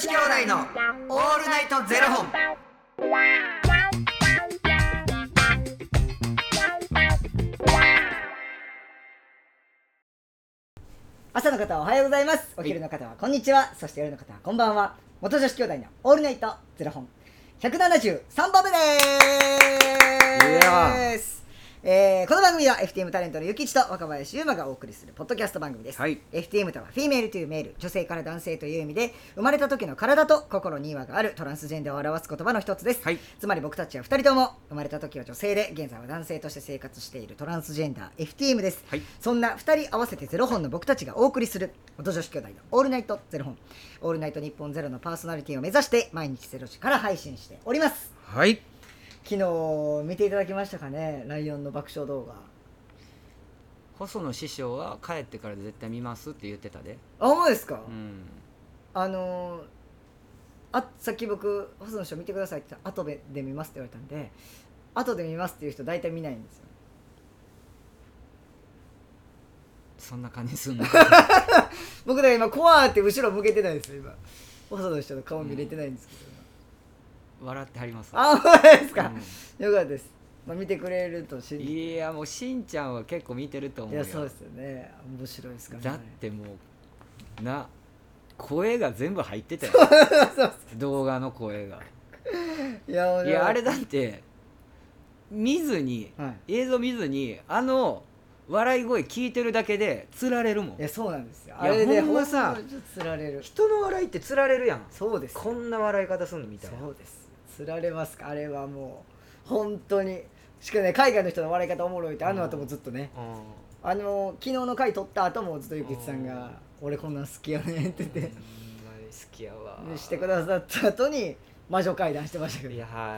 子兄弟のオールナイトゼロ本。 朝の方はおはようございます。お昼の方はこんにちは、そして夜の方はこんばんは。元女子兄弟のオールナイトゼロ本173番目です。この番組は FTM タレントのゆきちと若林優馬がお送りするポッドキャスト番組です。 はい、 FTM とはフィメールというメール、女性から男性という意味で、生まれた時の体と心に違和があるトランスジェンダーを表す言葉の一つです。 はい、 つまり僕たちは2人とも生まれた時は女性で現在は男性として生活しているトランスジェンダー FTM です。 はい、 そんな2人合わせてゼロ本の僕たちがお送りする元女子兄弟のオールナイトゼロ本、オールナイト日本ゼロのパーソナリティを目指して毎日ゼロ時から配信しております。 はい、 昨日見ていただきましたかね、ライオンの爆笑動画。 細野師匠は帰ってから絶対見ますって言ってたで。 あ、ほんまですか。さっき僕細野師匠見てくださいって言ったら後で見ますって言われたんで、後で見ますっていう人大体見ないんですよ。 そんな感じすんの僕だから今怖ーって後ろ向けてないですよ。今細野師匠の顔見れてないんですけど、 笑ってはります。 あ、ほんまですか、よかったです。見てくれると信じて。 いやもうしんちゃんは結構見てると思うよ。 いやそうですよね、面白いですからね。 だってもう声が全部入ってたよ動画の声が。いやあれだって見ずに、はい、映像見ずに笑い声聞いてるだけで釣られるもん。 いやそうなんですよ。 あれでほんまさ、 釣られる。 人の笑いって釣られるやん。 そうです。 こんな笑い方すんのみたいな。 そうです。釣られますか。あれはもう本当に。しかもね、海外の人の笑い方おもろいって、後もずっとね、昨日の回撮った後もずっとゆきちさんが俺こんなん好きやねんって言って、 好きやわしてくださった後に魔女会談してましたけど。 いや、はい、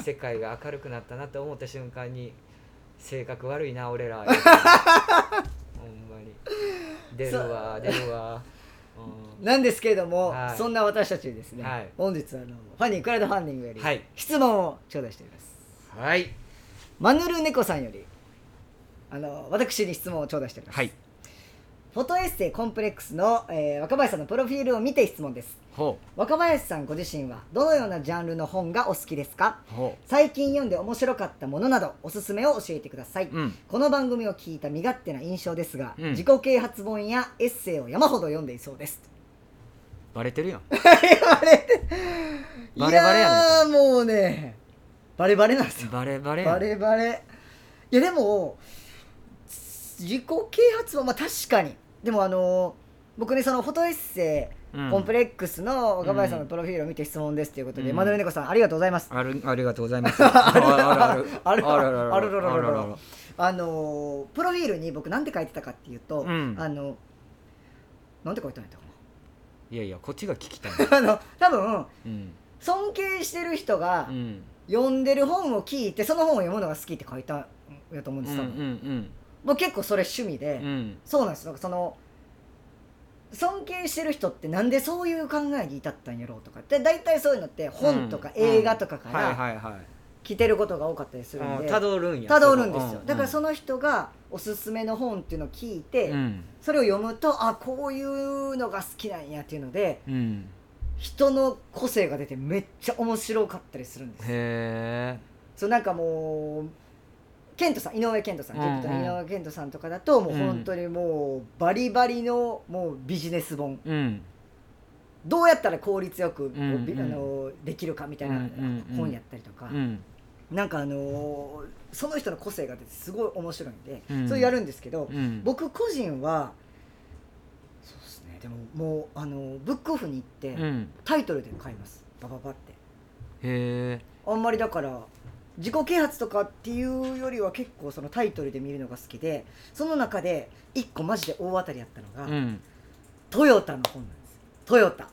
世界が明るくなったなって思った瞬間に性格悪いな俺らほんまに出るわ、 なんですけれども、 はい、 そんな私たちにですね、はい、本日ファニークラウドファンディングより質問を頂戴しております。 はい、 マヌルネコさんより私に質問を頂戴しております。はい、フォトエッセイコンプレックスの、若林さんのプロフィールを見て質問です。若林さんご自身はどのようなジャンルの本がお好きですか？最近読んで面白かったものなどおすすめを教えてください。この番組を聞いた身勝手な印象ですが、自己啓発本やエッセイを山ほど読んでいそうです。 バレてるやんバレバレやねん。もうね、バレバレなんですよ。バレバレ。いやでも自己啓発は確かに。でも僕ね、そのフォトエッセイ、コンプレックスの若林さんのプロフィールを見て質問ですということで、マヌルネコさんありがとうございます。 ありがとうございます。 プロフィールに僕なんて書いてたかっていうと、なんて書いてたんやったかな。 いやこっちが聞きたい。 多分、尊敬してる人が、読んでる本を聞いてその本を読むのが好きって書いたんやと思うんです。僕結構それ趣味で、そうなんですよ。その尊敬してる人ってなんでそういう考えに至ったんやろうとかって大体そういうのって本とか映画とかから来てることが多かったりするんで、 たどるんですよ。だからその人がおすすめの本っていうのを聞いて、それを読むとこういうのが好きなんやっていうので、人の個性が出てめっちゃ面白かったりするんです。そうなんかもう井上健人さん、井上健人さんとかだともう本当にもうバリバリのもうビジネス本、どうやったら効率よくできるかみたいな本やったりとか、なんかその人の個性が出てすごい面白いんで、それやるんですけど、僕個人はそうですね、でももうブックオフに行ってタイトルで買います。バババって。あんまりだから自己啓発とかっていうよりは結構そのタイトルで見るのが好きで、その中で一個マジで大当たりやったのが、トヨタの本なんです。トヨタ。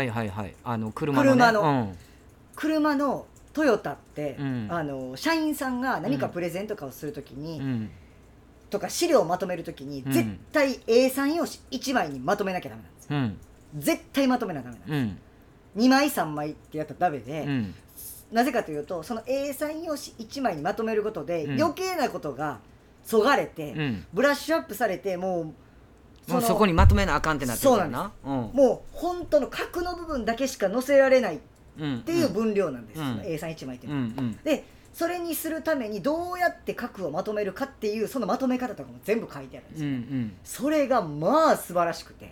車のトヨタって、社員さんが何かプレゼンとかをするときに、とか資料をまとめるときに、絶対 A3 用紙1枚にまとめなきゃダメなんですよ。絶対まとめなきゃダメなんです。2枚3枚ってやったらダメで、なぜかというとその A3 用紙1枚にまとめることで、余計なことがそがれて、ブラッシュアップされて、もうもうそこにまとめなあかんってなってるからな。 もう本当の角の部分だけしか載せられないっていう分量なんです、その A31 枚っていうのは、でそれにするためにどうやって角をまとめるかっていうそのまとめ方とかも全部書いてあるんですよ、それがまあ素晴らしくて、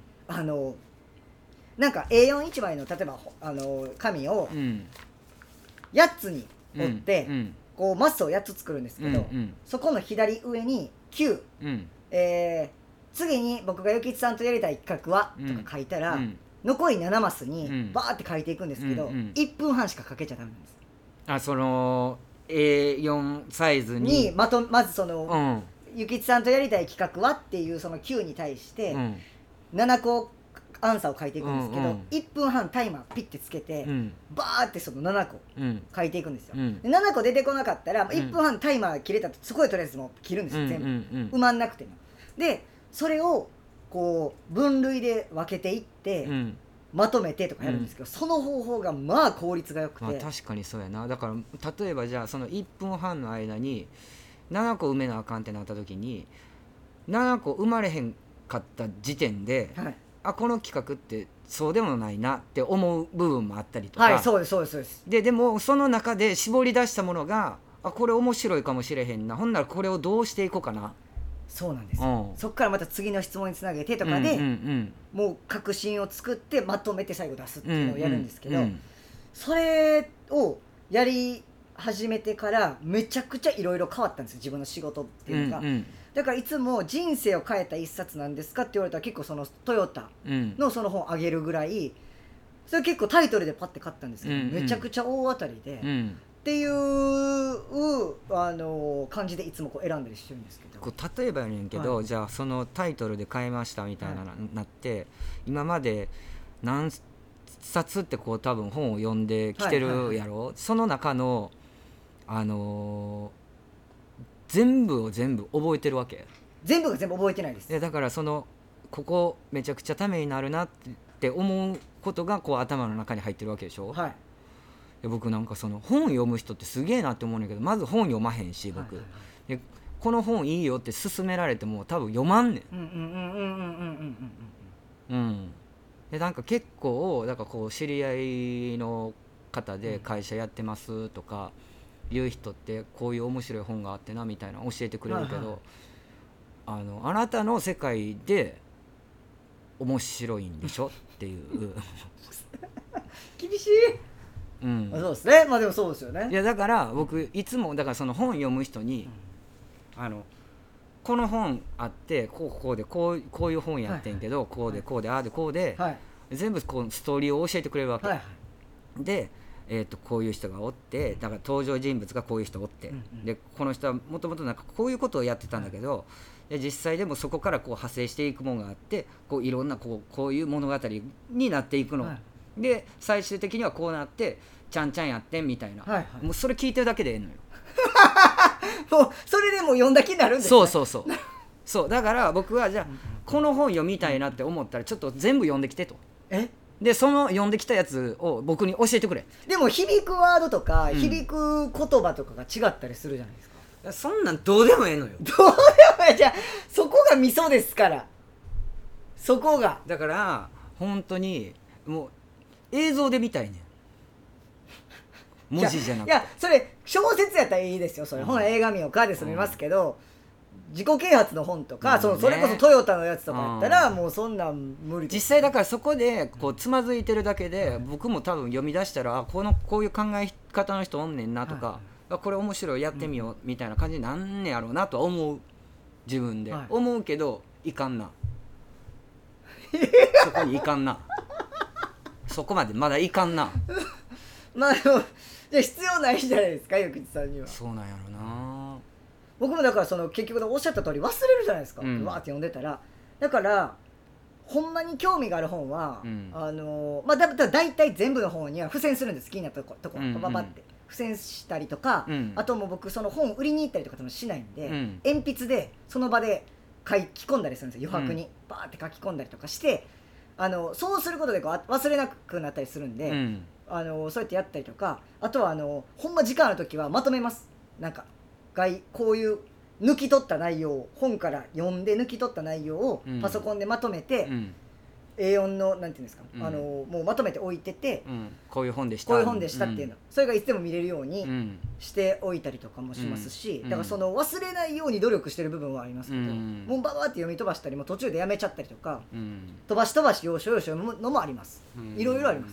なんか A41 枚の例えば紙を8つに折って、こうマスを8つ作るんですけど、そこの左上に9、次に僕がゆきちさんとやりたい企画は、とか書いたら、残り7マスにバーって書いていくんですけど、1分半しか書けちゃダメなんです。 その A4 サイズにまずその、ゆきちさんとやりたい企画はっていうその9に対して、7個アンサーを書いていくんですけど、1分半タイマーピッてつけて、バーってその7個書いていくんですよ、で7個出てこなかったら、1分半タイマー切れたとそこでとりあえずもう切るんですよ、全部埋まんなくても。でそれをこう分類で分けていって、まとめてとかやるんですけど、その方法がまあ効率が良くて、 確かにそうやな。だから例えばじゃあその1分半の間に7個埋めなあかんってなった時に7個生まれへんかった時点で、この企画ってそうでもないなって思う部分もあったりとか、 そうですそうですそうです。 でもその中で絞り出したものがこれ面白いかもしれへんな、ほんならこれをどうしていこうかな。 そうなんです、そっからまた次の質問につなげてとかで、もう確信を作ってまとめて最後出すっていうのをやるんですけど、それをやり始めてからめちゃくちゃいろいろ変わったんですよ、自分の仕事っていうのが、だからいつも人生を変えた一冊なんですかって言われたら結構そのトヨタのその本あげるぐらい、それ結構タイトルでパッて買ったんですけど、めちゃくちゃ大当たりで、っていう感じでいつもこう選んだりしてるんですけど、 例えばやねんけど、じゃあそのタイトルで買いましたみたいななって、今まで何冊ってこう多分本を読んできてるやろ、その中の全部を全部覚えてるわけ？ 全部が全部覚えてないです。 だからここめちゃくちゃためになるなって思うことがこう頭の中に入ってるわけでしょ。僕なんかその本読む人ってすげえなって思うんだけど、まず本読まへんし僕、でこの本いいよって勧められても多分読まんねん。でなんか結構だからこう知り合いの方で会社やってますとかいう人ってこういう面白い本があってなみたいな教えてくれるけど、あなたの世界で面白いんでしょっていう厳しい。そうですね。まあでもそうですよね。 いやだから僕いつもだからその本読む人に、この本あってこうでこういう本やってんけど、こうでこうでああでこうで、全部こうストーリーを教えてくれるわけ、で、こういう人がおって、だから登場人物がこういう人おって、でこの人はもともとなんかこういうことをやってたんだけど、で実際でもそこからこう派生していくものがあって、こういろんなこういう物語になっていくの、で最終的にはこうなってちゃんちゃんやってんみたいな、もうそれ聞いてるだけでええのよもうそれでもう読んだ気になるんですね。 そうだから僕はじゃあこの本読みたいなって思ったらちょっと全部読んできてと。でその読んできたやつを僕に教えてくれ。 でも響くワードとか、響く言葉とかが違ったりするじゃないですか。 そんなんどうでもええのよ。 どうでもええ。じゃあそこがミソですから。そこがだから本当にもう映像で見たいねん、文字じゃなくて。 いやそれ小説やったらいいですよ。それ、本映画見ようかで済みますけど、自己啓発の本とか、それこそトヨタのやつとかやったら、もうそんなん無理です。 実際だからそこでこうつまずいてるだけで、僕も多分読み出したらこういう考え方の人おんねんなとか、これ面白いやってみようみたいな感じになんねやろうなとは思う、自分で、思うけどいかんなそこにいかんなそこまでまだいかんなまあでもじゃあ必要ないんじゃないですか、ゆきちさんには。 そうなんやろな。 僕もだから結局おっしゃった通り忘れるじゃないですか、わーって読んでたら。だからほんまに興味がある本は、まあ大体全部の本には付箋するんです。好きなとこパパって付箋したりとか、あともう僕その本売りに行ったりとかもしないんで、鉛筆でその場で書き込んだりするんですよ、余白にバーって書き込んだりとかして、そうすることで忘れなくなったりするんで、そうやってやったりとか、あとはほんま時間ある時はまとめます。なんかこういう抜き取った内容を本から読んで抜き取った内容をパソコンでまとめて、A4 のなんていうんですか、もうまとめて置いてて、 こういう本でしたっていうの、それがいつでも見れるようにしておいたりとかもしますし、だからその忘れないように努力してる部分はありますけど、もうバーって読み飛ばしたりも途中でやめちゃったりとか、飛ばし要所要所読むのもあります。いろいろあります。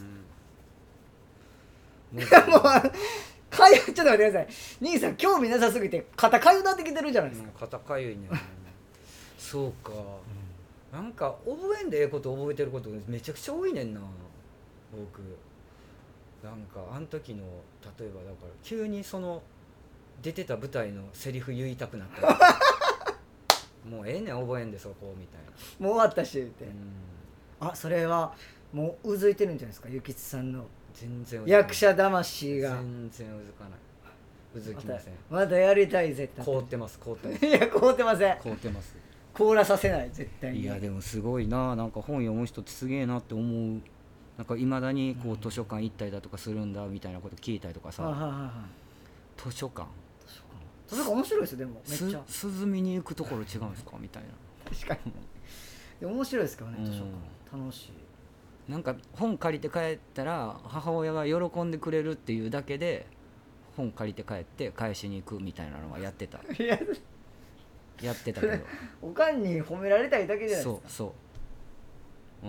もうちょっと待ってください、兄さん興味なさすぎて肩かゆなってきてるじゃないですか。 肩かゆいねそうか、なんか覚えんでええこと覚えてることめちゃくちゃ多いねんな僕。なんかあの時の例えばだから急にその出てた舞台のセリフ言いたくなったりもうええねん覚えんでそこみたいな、 もう終わったし言って、あ、それはもううずいてるんじゃないですか、ゆきつさんの全然役者魂が。 全然うずかない、うずきません。 まだやりたい絶対。 凍ってますいや凍ってません。 凍ってます。 凍らさせない絶対に。 いやでもすごいな、なんか本読む人ってすげえなって思う。なんかいまだにこう図書館行ったりだとかするんだみたいなこと聞いたりとかさ、図書館面白いですよ。でもめっちゃ涼みに行くところ違うんですかみたいな。 確かに面白いですけどね、図書館楽しい。 なんか本借りて帰ったら母親が喜んでくれるっていうだけで本借りて帰って返しに行くみたいなのはやってたやってたけどおかんに褒められたいだけじゃないですか。 そう、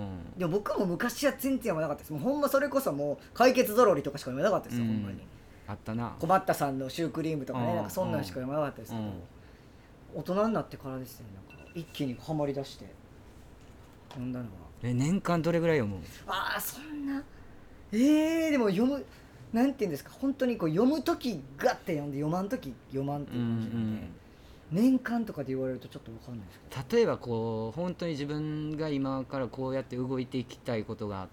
でも僕も昔は全然読まなかったです。もうほんまそれこそもう解決ぞろりとかしか読めなかったですよ、ほんまに。 あったな、 困ったさんのシュークリームとかね、なんかそんなんしか読まなかったですけど、大人になってからですね、なんか一気にハマりだして読んだのは。 年間どれぐらい読む？ ああ、そんなでも読む、なんていうんですか、本当にこう読むときガッて読んで読まんとき読まんっていう感じなんで、年間とかで言われるとちょっと分かんないですけど、 例えばこう本当に自分が今からこうやって動いていきたいことがあって、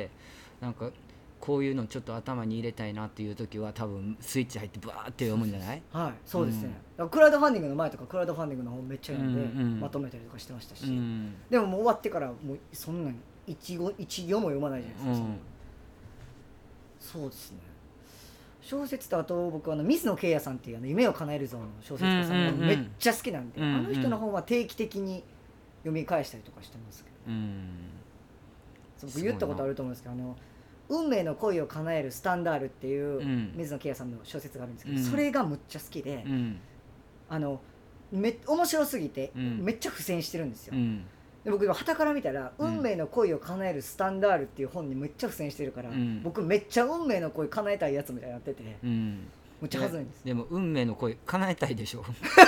なんかこういうのちょっと頭に入れたいなっていう時は多分スイッチ入ってバーって読むんじゃない？ はい、そうですね、だからクラウドファンディングの前とかクラウドファンディングの本めっちゃ読んで、まとめたりとかしてましたし、でももう終わってからもうそんなに一行も読まないじゃないですか、そうですね。小説とあと僕は水野慶也さんっていう夢を叶えるぞの小説家さんがめっちゃ好きなんで、あの人の本は定期的に読み返したりとかしてますけど、僕言ったことあると思うんですけど、運命の恋を叶えるスタンダールっていう水野慶也さんの小説があるんですけど、それがむっちゃ好きで、面白すぎてめっちゃ付箋してるんですよ。で僕今傍から見たら、運命の恋を叶えるスタンダールっていう本にめっちゃ付箋してるから、僕めっちゃ運命の恋叶えたいやつみたいになってて、めっちゃはずいんです。 でも運命の恋叶えたいでしょ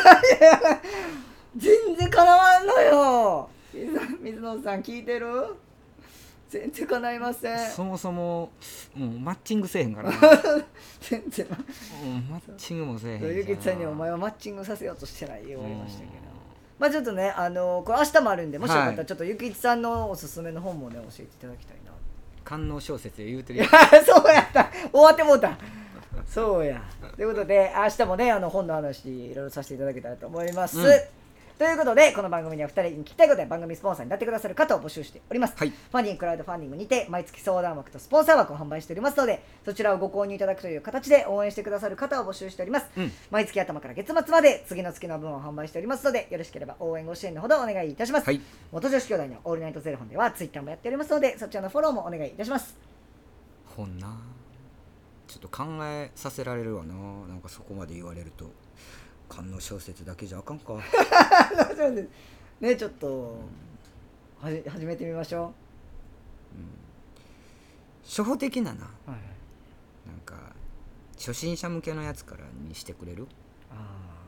全然叶わんのよ。水野さん聞いてる？全然叶いません。 そもそも、マッチングせえへんからな全然、 マッチングもせえへんじゃん。 ゆきちゃんにお前はマッチングさせようとしてない言われましたけど、まあちょっとね、これ明日もあるんで、もしよかったらちょっとゆきちさんのおすすめの本もね教えていただきたいな。 官能小説で言うてるやん。 そうやった、終わってもうたそうや。ということで明日もね本の話いろいろさせていただけたらと思います、ということでこの番組には2人に聞きたいことで番組スポンサーになってくださる方を募集しております、ファニークラウドファンディングにて毎月相談枠とスポンサー枠を販売しておりますので、そちらをご購入いただくという形で応援してくださる方を募集しております、毎月頭から月末まで次の月の分を販売しておりますので、よろしければ応援ご支援のほどお願いいたします、元女子兄弟のオールナイトゼロ本ではツイッターもやっておりますので、そちらのフォローもお願いいたします。 本な、ちょっと考えさせられるわな、なんかそこまで言われると。官能小説だけじゃあかんかね、ちょっと、始めてみましょう、 初歩的なな、なんか初心者向けのやつからにしてくれる？ なん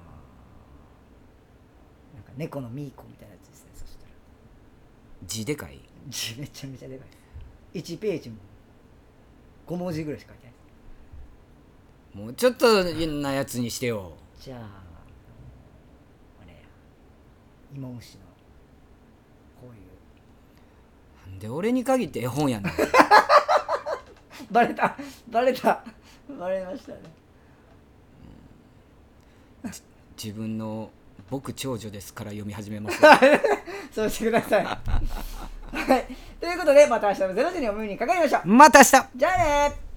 か猫のミーコみたいなやつですね。そしたら字でかい？ 字めちゃめちゃでかい。1ページも5文字ぐらいしか書いてない。 もうちょっとなやつにしてよ。 じゃあ芋虫のこういう。 なんで俺に限って絵本やねんバレましたね、 自分の僕長女ですから読み始めますそうしてくださいはい、ということでまた明日の0時にお耳にかかりましょう。 また明日。 じゃあね。